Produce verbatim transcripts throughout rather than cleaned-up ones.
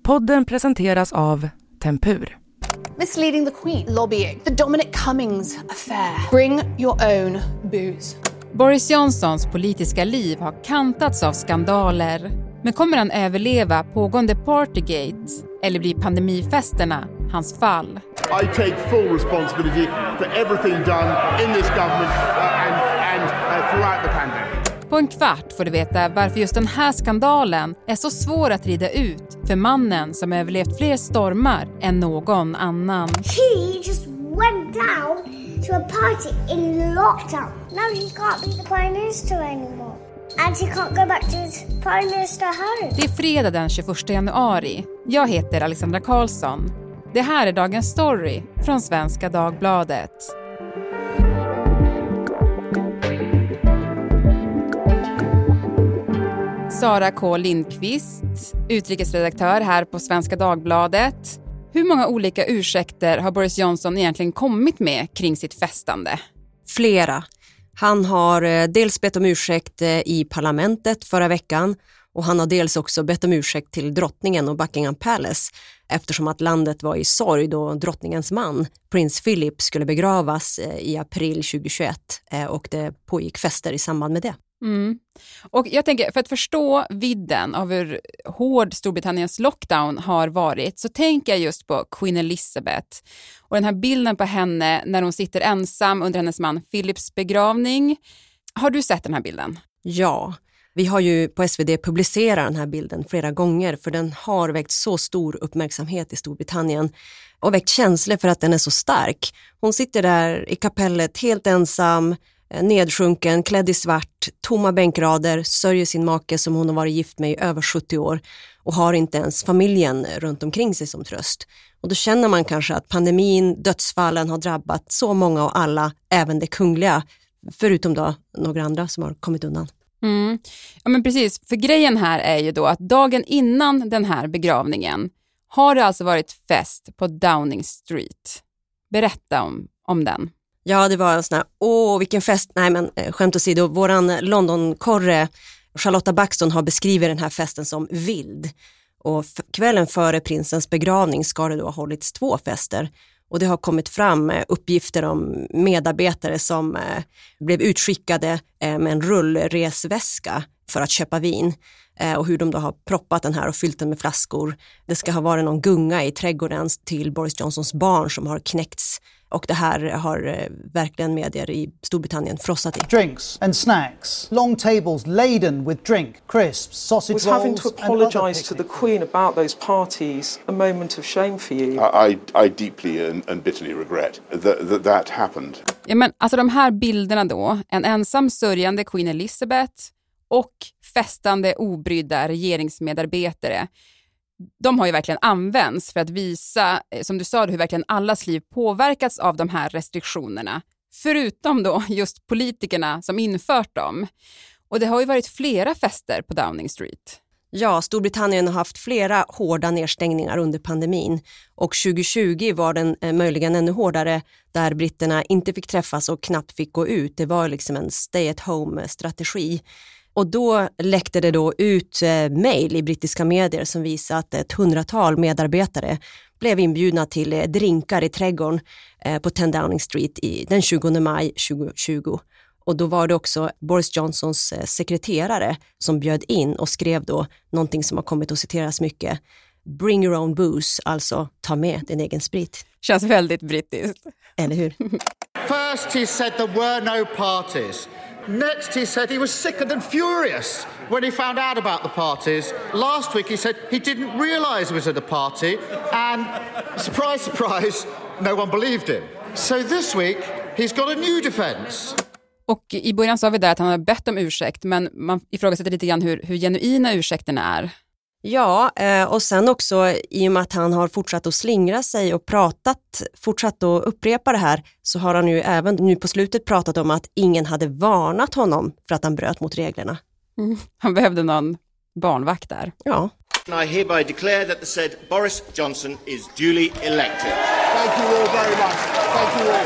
Podden presenteras av Tempur. Misleading the Queen, lobbying, the Dominic Cummings affair. Bring your own booze. Boris Johnsons politiska liv har kantats av skandaler. Men kommer han överleva pågående Partygate eller blir pandemifesterna hans fall? I take full responsibility for everything done in this government uh, and, and uh, throughout the pandemic. På en kvart får du veta varför just den här skandalen är så svår att rida ut för mannen som överlevt fler stormar än någon annan. He just went down to a party in lockdown. Now he can't be the prime minister anymore. And he can't go back to his prime minister home. Det är fredag den tjugoförsta januari. Jag heter Alexandra Karlsson. Det här är dagens story från Svenska Dagbladet. Sara K. Lindqvist, utrikesredaktör här på Svenska Dagbladet. Hur många olika ursäkter har Boris Johnson egentligen kommit med kring sitt festande? Flera. Han har dels bett om ursäkt i parlamentet förra veckan och han har dels också bett om ursäkt till drottningen och Buckingham Palace eftersom att landet var i sorg då drottningens man, prins Philip, skulle begravas i april tjugohundratjugoett och det pågick fester i samband med det. Mm. Och jag tänker, för att förstå vidden av hur hård Storbritanniens lockdown har varit så tänker jag just på Queen Elizabeth och den här bilden på henne när hon sitter ensam under hennes man Philips begravning. Har du sett den här bilden? Ja, vi har ju på S V D publicerat den här bilden flera gånger för den har väckt så stor uppmärksamhet i Storbritannien och väckt känslor för att den är så stark. Hon sitter där i kapellet helt ensam, nedsjunken, klädd i svart, tomma bänkrader, sörjer sin make som hon har varit gift med i över sjuttio år och har inte ens familjen runt omkring sig som tröst. Och då känner man kanske att pandemin, dödsfallen har drabbat så många och alla, även det kungliga, förutom då några andra som har kommit undan. Mm. Ja men precis, för grejen här är ju då att dagen innan den här begravningen har det alltså varit fest på Downing Street. Berätta om, om den. Ja, det var en sån här, åh vilken fest, nej men skämt åsido, våran London-korre Charlotta Baxton har beskrivit den här festen som vild. Och f- kvällen före prinsens begravning ska det då ha hållits två fester. Och det har kommit fram uppgifter om medarbetare som eh, blev utskickade eh, med en rullresväska för att köpa vin. Eh, och hur de då har proppat den här och fyllt den med flaskor. Det ska ha varit någon gunga i trädgården till Boris Johnsons barn som har knäckts. Och det här har eh, verkligen medier i Storbritannien frossat i. Drinks and snacks, long tables laden with drink, crisps, sausage rolls. Was having to apologise to the Queen about those parties a moment of shame for you? I, I deeply and, and bitterly regret that, that that happened. Ja men alltså de här bilderna då, en ensam sörjande Queen Elizabeth och festande obrydda regeringsmedarbetare. De har ju verkligen använts för att visa, som du sa, hur verkligen allas liv påverkats av de här restriktionerna. Förutom då just politikerna som infört dem. Och det har ju varit flera fester på Downing Street. Ja, Storbritannien har haft flera hårda nedstängningar under pandemin. Och tjugohundratjugo var den eh, möjligen ännu hårdare där britterna inte fick träffas och knappt fick gå ut. Det var liksom en stay-at-home-strategi. Och då läckte det då ut eh, mejl i brittiska medier som visade att ett hundratal medarbetare blev inbjudna till eh, drinkar i trädgården eh, på ten Downing Street i, den tjugonde maj tjugohundratjugo. Och då var det också Boris Johnsons eh, sekreterare som bjöd in och skrev då någonting som har kommit att citeras mycket. Bring your own booze, alltså ta med din egen sprit. Känns väldigt brittiskt. Eller hur? First he said there were no parties. Next he said he was sicker than furious when he found out about the parties. Last week he said he didn't realise he was at a party and, surprise, surprise, no one believed him. So this week he's got a new defence. Och i början sa vi där att han har bett om ursäkt, men man ifrågasätter lite grann hur, hur genuina ursäkterna är. Ja, och sen också i och med att han har fortsatt att slingra sig och pratat, fortsatt att upprepa det här, så har han ju även nu på slutet pratat om att ingen hade varnat honom för att han bröt mot reglerna. Mm. Han behövde någon barnvakt där. Ja. I hereby declare that the said Boris Johnson is duly elected. Thank you all very much. Thank you all.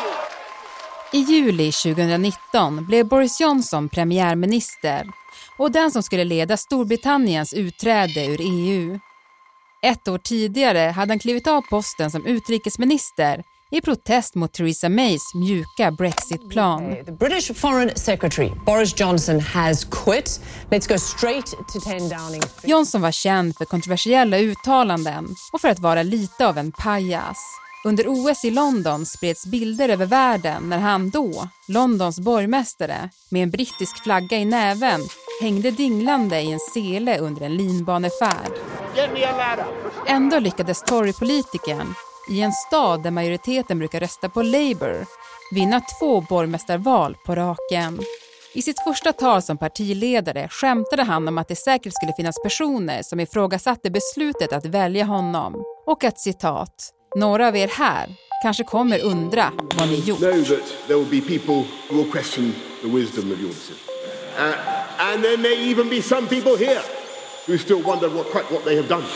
I juli tjugonitton blev Boris Johnson premiärminister och den som skulle leda Storbritanniens utträde ur E U. Ett år tidigare hade han klivit av posten som utrikesminister i protest mot Theresa Mays mjuka Brexit-plan. The British Foreign Secretary Boris Johnson has quit. Let's go straight to ten Downing Street. Johnson var känd för kontroversiella uttalanden och för att vara lite av en pajas. Under O S i London spreds bilder över världen när han då, Londons borgmästare, med en brittisk flagga i näven, hängde dinglande i en sele under en linbanefärd. Ändå lyckades Tory-politikern, i en stad där majoriteten brukar rösta på Labour, vinna två borgmästarval på raken. I sitt första tal som partiledare skämtade han om att det säkert skulle finnas personer som ifrågasatte beslutet att välja honom och att, citat, några av er här kanske kommer undra vad ni gjort. Know that there will be people who will question the wisdom of your decision. Uh, and there may even be some people here who still wonder what, quite what they have done.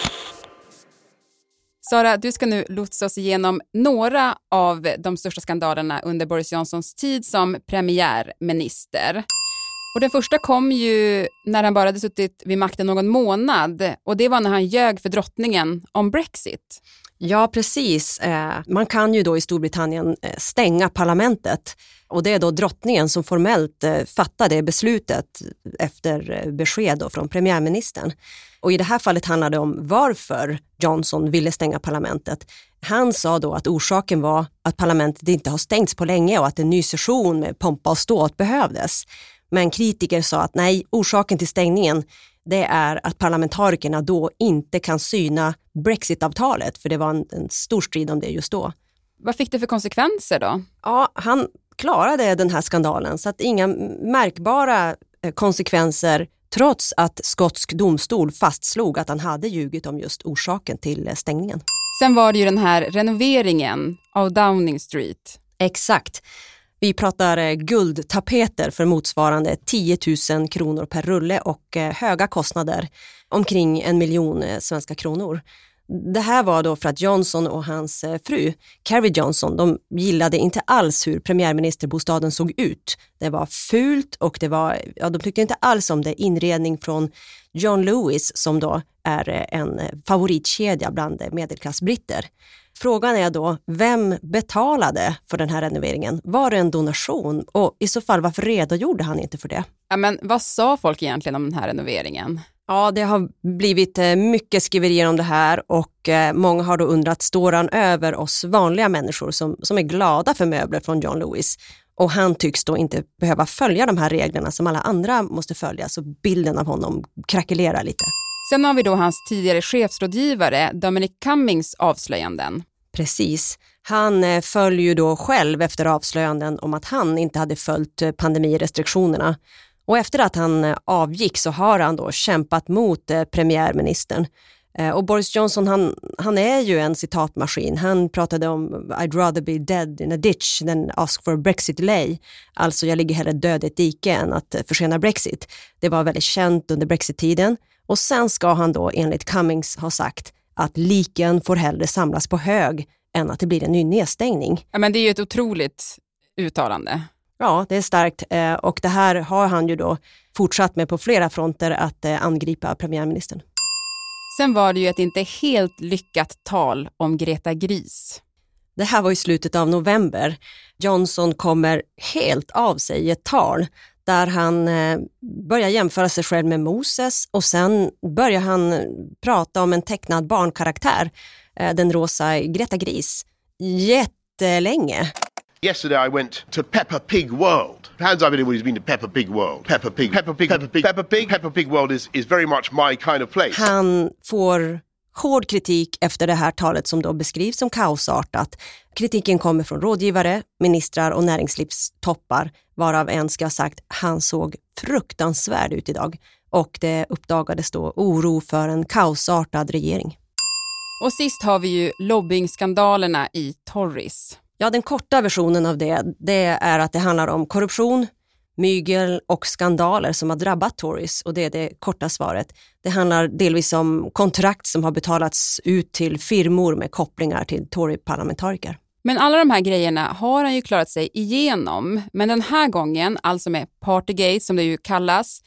Sara, du ska nu lotsa oss igenom några av de största skandalerna under Boris Johnsons tid som premiärminister. Och den första kom ju när han bara hade suttit vid makten någon månad, och det var när han ljög för drottningen om Brexit. Ja, precis. Man kan ju då i Storbritannien stänga parlamentet, och det är då drottningen som formellt fattar det beslutet efter besked då från premiärministern. Och i det här fallet handlar det om varför Johnson ville stänga parlamentet. Han sa då att orsaken var att parlamentet inte har stängts på länge och att en ny session med pompa och ståt behövdes. Men kritiker sa att nej, orsaken till stängningen, det är att parlamentarikerna då inte kan syna Brexit-avtalet, för det var en, en stor strid om det just då. Vad fick det för konsekvenser då? Ja, han klarade den här skandalen, så att inga märkbara konsekvenser, trots att skotsk domstol fastslog att han hade ljugit om just orsaken till stängningen. Sen var det ju den här renoveringen av Downing Street. Exakt. Vi pratar guldtapeter för motsvarande tio tusen kronor per rulle och höga kostnader, omkring en miljon svenska kronor. Det här var då för att Johnson och hans fru, Carrie Johnson, de gillade inte alls hur premiärministerbostaden såg ut. Det var fult och det var, ja, de tyckte inte alls om det inredning från John Lewis, som då är en favoritkedja bland medelklassbritter. Frågan är då, vem betalade för den här renoveringen? Var det en donation? Och i så fall, varför redogjorde han inte för det? Ja, men vad sa folk egentligen om den här renoveringen? Ja, det har blivit mycket skriverier om det här, och många har då undrat, står han över oss vanliga människor som, som är glada för möbler från John Lewis? Och han tycks då inte behöva följa de här reglerna som alla andra måste följa, så bilden av honom krackelerar lite. Sen har vi då hans tidigare chefsrådgivare Dominic Cummings avslöjanden. Precis. Han följer ju då själv efter avslöjanden om att han inte hade följt pandemirestriktionerna. Och efter att han avgick så har han då kämpat mot premiärministern. Och Boris Johnson, han, han är ju en citatmaskin. Han pratade om I'd rather be dead in a ditch than ask for a Brexit delay. Alltså, jag ligger hellre död i ett dike än att försena Brexit. Det var väldigt känt under Brexit-tiden. Och sen ska han då enligt Cummings ha sagt att liken får hellre samlas på hög än att det blir en ny nedstängning. Ja, men det är ju ett otroligt uttalande. Ja, det är starkt, och det här har han ju då fortsatt med på flera fronter, att angripa premiärministern. Sen var det ju ett inte helt lyckat tal om Greta Gris. Det här var i slutet av november. Johnson kommer helt av sig i ett tal där han börjar jämföra sig själv med Moses, och sen börjar han prata om en tecknad barnkaraktär, den rosa Greta Gris, jättelänge. Yesterday I went to Peppa Pig World. Hands up anyone who's been to Peppa Pig World. Peppa Pig, Peppa Pig, Peppa Pig, Peppa Pig, Peppa Pig World is, is very much my kind of place. Han får hård kritik efter det här talet, som då beskrivs som kaosartat. Kritiken kommer från rådgivare, ministrar och näringslivstoppar, varav en ska ha sagt han såg fruktansvärd ut idag. Och det uppdagades då oro för en kaosartad regering. Och sist har vi ju lobbying-skandalerna i Tories. Ja, den korta versionen av det, det är att det handlar om korruption, mygel och skandaler som har drabbat Tories, och det är det korta svaret. Det handlar delvis om kontrakt som har betalats ut till firmor med kopplingar till Tory-parlamentariker. Men alla de här grejerna har han ju klarat sig igenom. Men den här gången, alltså med Partygate som det ju kallas,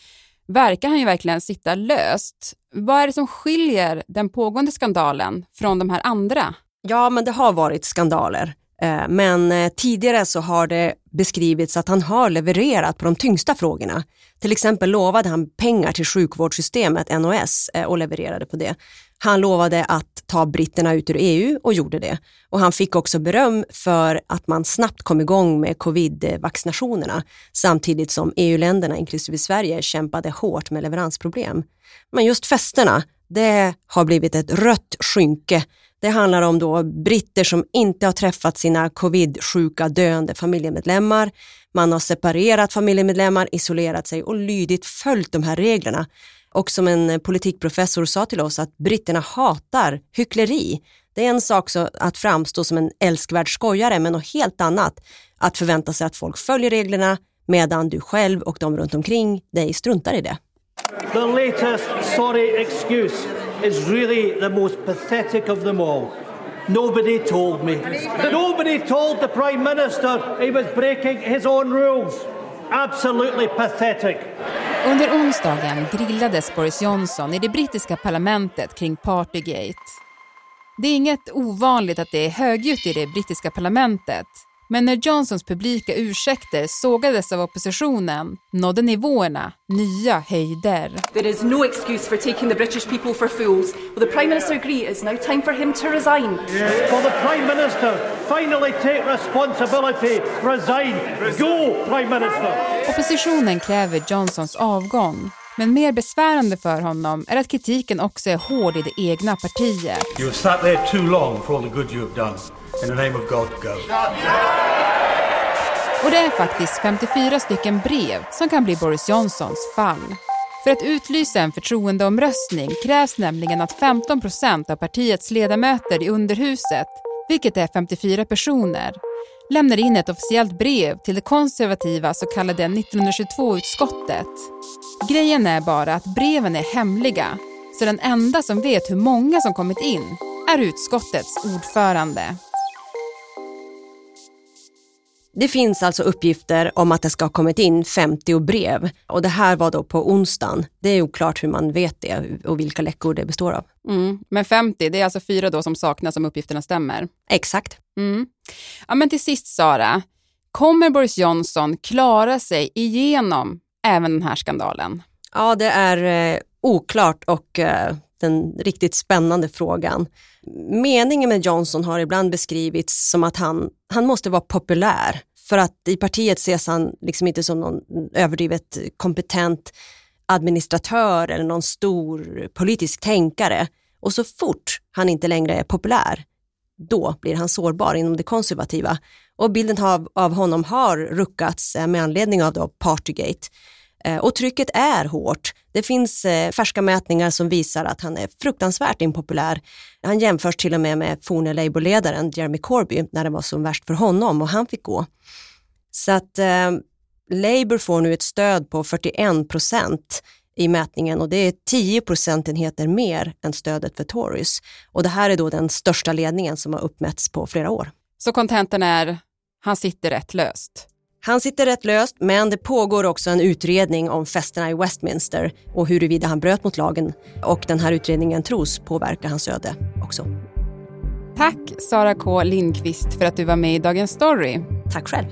verkar han ju verkligen sitta löst. Vad är det som skiljer den pågående skandalen från de här andra? Ja, men det har varit skandaler. Men tidigare så har det beskrivits att han har levererat på de tyngsta frågorna. Till exempel lovade han pengar till sjukvårdssystemet N H S och levererade på det. Han lovade att ta britterna ut ur E U och gjorde det. Och han fick också beröm för att man snabbt kom igång med covid-vaccinationerna samtidigt som E U-länderna, inklusive Sverige, kämpade hårt med leveransproblem. Men just festerna, det har blivit ett rött skynke. Det handlar om då britter som inte har träffat sina covid-sjuka döende familjemedlemmar. Man har separerat familjemedlemmar, isolerat sig och lydigt följt de här reglerna. Och som en politikprofessor sa till oss att britterna hatar hyckleri. Det är en sak så att framstå som en älskvärd skojare, men något helt annat att förvänta sig att folk följer reglerna medan du själv och de runt omkring dig struntar i det. The latest sorry excuse is really the most pathetic of them all. Nobody told me. Nobody told the Prime Minister he was breaking his own rules. Absolutely pathetic. Under onsdagen grillades Boris Johnson i det brittiska parlamentet kring Partygate. Det är inget ovanligt att det är högljutt i det brittiska parlamentet. Men när Johnsons publika ursäkter sågades av oppositionen nådde nivåerna nya höjder. There is no excuse for taking the British people for fools. Will the Prime Minister agree it's now time for him to resign? Will the Prime Minister finally take responsibility? Resign. Go, Prime Minister! Oppositionen kräver Johnsons avgång. Men mer besvärande för honom är att kritiken också är hård i det egna partiet. You have sat there too long for all the good you have done. In the name of God, go. Och det är faktiskt femtiofyra stycken brev som kan bli Boris Johnsons fall. För att utlysa en förtroendeomröstning krävs nämligen att femton procent av partiets ledamöter i underhuset, vilket är femtiofyra personer, lämnar in ett officiellt brev till det konservativa så kallade nittonhundratjugotvå-utskottet. Grejen är bara att breven är hemliga, så den enda som vet hur många som kommit in är utskottets ordförande. Det finns alltså uppgifter om att det ska ha kommit in femtio brev och det här var då på onsdagen. Det är oklart hur man vet det och vilka läckor det består av. Mm, men femtio, det är alltså fyra då som saknas om uppgifterna stämmer. Exakt. Mm. Ja, men till sist Sara, kommer Boris Johnson klara sig igenom även den här skandalen? Ja, det är eh, oklart och eh, den riktigt spännande frågan. Meningen med Johnson har ibland beskrivits som att han, han måste vara populär. För att i partiet ses han liksom inte som någon överdrivet kompetent administratör eller någon stor politisk tänkare. Och så fort han inte längre är populär, då blir han sårbar inom det konservativa. Och bilden av, av honom har ruckats med anledning av då Partygate. Och trycket är hårt. Det finns eh, färska mätningar som visar att han är fruktansvärt impopulär. Han jämförs till och med med forne Labour-ledaren Jeremy Corbyn när det var som värst för honom och han fick gå. Så att eh, Labour får nu ett stöd på fyrtioen procent i mätningen och det är tio procentenheter mer än stödet för Tories. Och det här är då den största ledningen som har uppmätts på flera år. Så kontentan är, han sitter rätt löst. Han sitter rätt löst, men det pågår också en utredning om festerna i Westminster och huruvida han bröt mot lagen. Och den här utredningen tros påverka hans öde också. Tack Sara K. Lindqvist för att du var med i Dagens Story. Tack själv.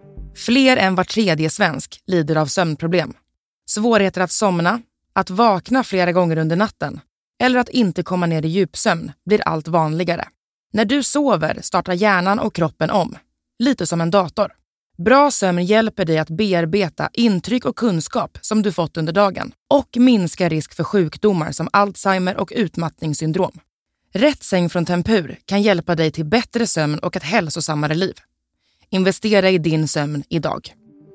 Fler än var tredje svensk lider av sömnproblem. Svårigheter att somna, att vakna flera gånger under natten eller att inte komma ner i djupsömn blir allt vanligare. När du sover startar hjärnan och kroppen om, lite som en dator. Bra sömn hjälper dig att bearbeta intryck och kunskap som du fått under dagen och minska risk för sjukdomar som Alzheimer och utmattningssyndrom. Rätt säng från Tempur kan hjälpa dig till bättre sömn och ett hälsosammare liv. Investera i din sömn idag.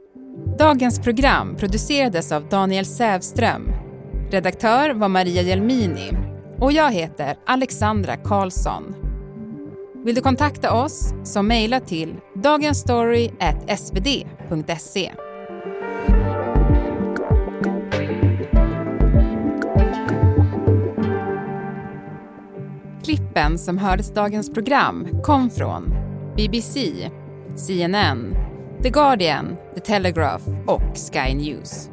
Dagens program producerades av Daniel Sävström. Redaktör var Maria Jelmini och jag heter Alexandra Karlsson. Vill du kontakta oss så mejla till dagensstory at s v d punkt se. Klippen som hördes dagens program kom från B B C, C N N, The Guardian, The Telegraph och Sky News.